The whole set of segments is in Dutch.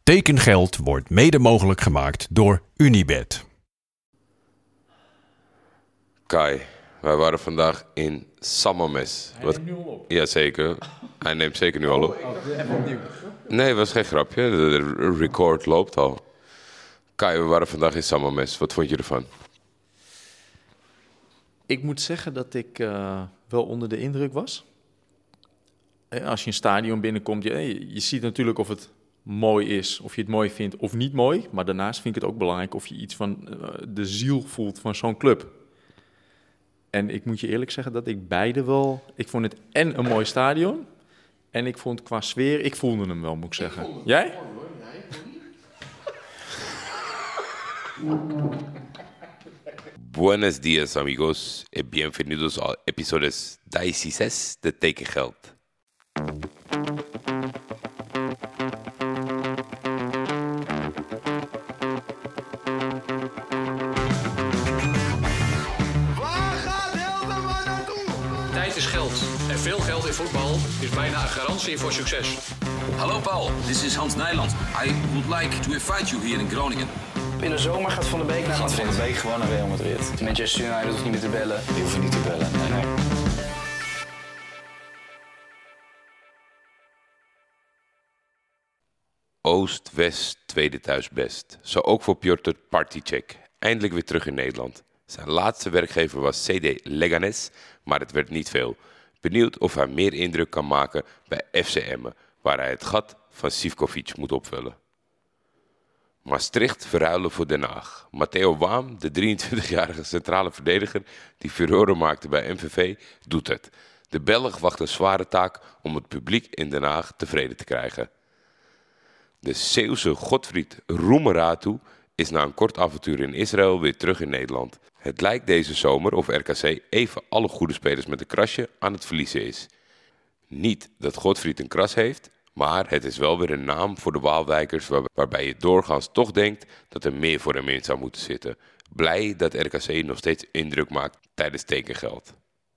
Tekengeld wordt mede mogelijk gemaakt door Unibet. Kai, wij waren vandaag in Sammames. Hij neemt nu al op. Jazeker. Hij neemt zeker nu al op. Even opnieuw. Nee, dat was geen grapje. De record loopt al. Kai, we waren vandaag in Sammames. Wat vond je ervan? Ik moet zeggen dat ik wel onder de indruk was. Als je een stadion binnenkomt, je ziet natuurlijk of het mooi is, of je het mooi vindt of niet mooi. Maar daarnaast vind ik het ook belangrijk of je iets van de ziel voelt van zo'n club. En ik moet je eerlijk zeggen dat ik beide wel... Ik vond het en een mooi stadion, en ik vond qua sfeer, ik voelde hem wel, moet ik zeggen. Jij? Buenos días, amigos. Y bienvenidos al episodio 16 de Tekengeld. Tijd is geld. En veel geld in voetbal is bijna een garantie voor succes. Hallo Paul, this is Hans Nijland. I would like to invite you here in Groningen. In de zomer gaat Van der Beek naar Madrid. Van der Beek gewoon naar Real Madrid. Manchester United hoeft niet meer te bellen. Die hoeven niet te bellen. Nee. Oost-West, tweede thuis best. Zo ook voor Piotr Partycheck. Eindelijk weer terug in Nederland. Zijn laatste werkgever was CD Leganes, maar het werd niet veel. Benieuwd of hij meer indruk kan maken bij FC Emmen, waar hij het gat van Sivkovic moet opvullen. Maastricht verruilen voor Den Haag. Matteo Waam, de 23-jarige centrale verdediger die furoren maakte bij MVV, doet het. De Belg wacht een zware taak om het publiek in Den Haag tevreden te krijgen. De Zeeuwse Godfried Roemeratu is na een kort avontuur in Israël weer terug in Nederland. Het lijkt deze zomer of RKC even alle goede spelers met een krasje aan het verliezen is. Niet dat Godfried een kras heeft, maar het is wel weer een naam voor de Waalwijkers waarbij je doorgaans toch denkt dat er meer voor hem in zou moeten zitten. Blij dat RKC nog steeds indruk maakt tijdens tekengeld.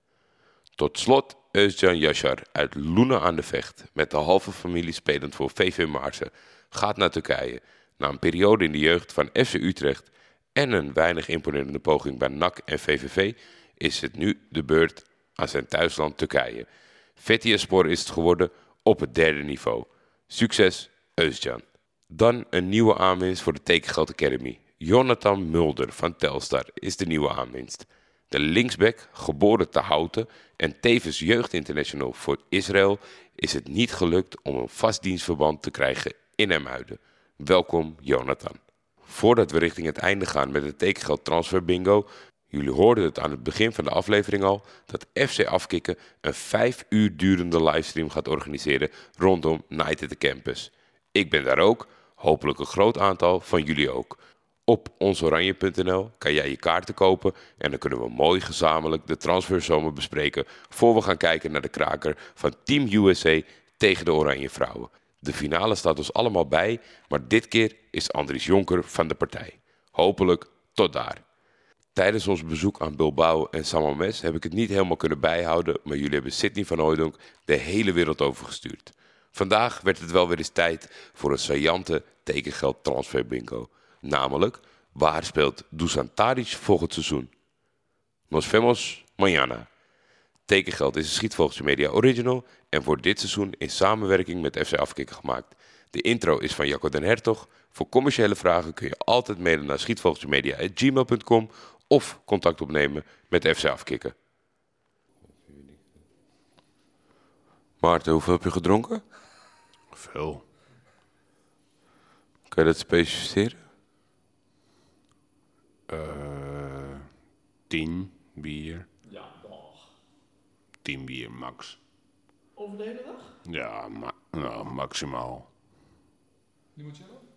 Tot slot Özcan Yaşar uit Loenen aan de Vecht, met de halve familie spelend voor VV Maarsen, gaat naar Turkije. Na een periode in de jeugd van FC Utrecht en een weinig imponerende poging bij NAC en VVV is het nu de beurt aan zijn thuisland Turkije. Fethiyespor is het geworden op het derde niveau. Succes, Özcan. Dan een nieuwe aanwinst voor de Tekengeld Academy. Jonathan Mulder van Telstar is de nieuwe aanwinst. De linksback, geboren te Houten en tevens jeugdinternational voor Israël, is het niet gelukt om een vast dienstverband te krijgen in Emmuiden. Welkom, Jonathan. Voordat we richting het einde gaan met het Tekengeld Transfer Bingo, jullie hoorden het aan het begin van de aflevering al, dat FC Afkikken een 5 uur durende livestream gaat organiseren rondom Night at the Campus. Ik ben daar ook, hopelijk een groot aantal van jullie ook. Op onsoranje.nl kan jij je kaarten kopen en dan kunnen we mooi gezamenlijk de transferzomer bespreken voor we gaan kijken naar de kraker van Team USA tegen de Oranje Vrouwen. De finale staat ons allemaal bij, maar dit keer is Andries Jonker van de partij. Hopelijk tot daar. Tijdens ons bezoek aan Bilbao en Sammames heb ik het niet helemaal kunnen bijhouden, maar jullie hebben Sidney van Hooijdonk de hele wereld over gestuurd. Vandaag werd het wel weer eens tijd voor een saillante tekengeld transfer bingo. Namelijk, waar speelt Dusan Tadic volgend seizoen? Nos vemos mañana. Tekengeld is een Schietvogeltje Media original en voor dit seizoen in samenwerking met FC Afkikken gemaakt. De intro is van Jacco den Hertog. Voor commerciële vragen kun je altijd mailen naar schietvogeltjemedia@gmail.com of contact opnemen met FC Afkikken. Maarten, hoeveel heb je gedronken? Veel. Kan je dat specificeren? 10 bier. Ja, dag. 10 bier max. Over de hele dag? Ja, maximaal. Limoncello?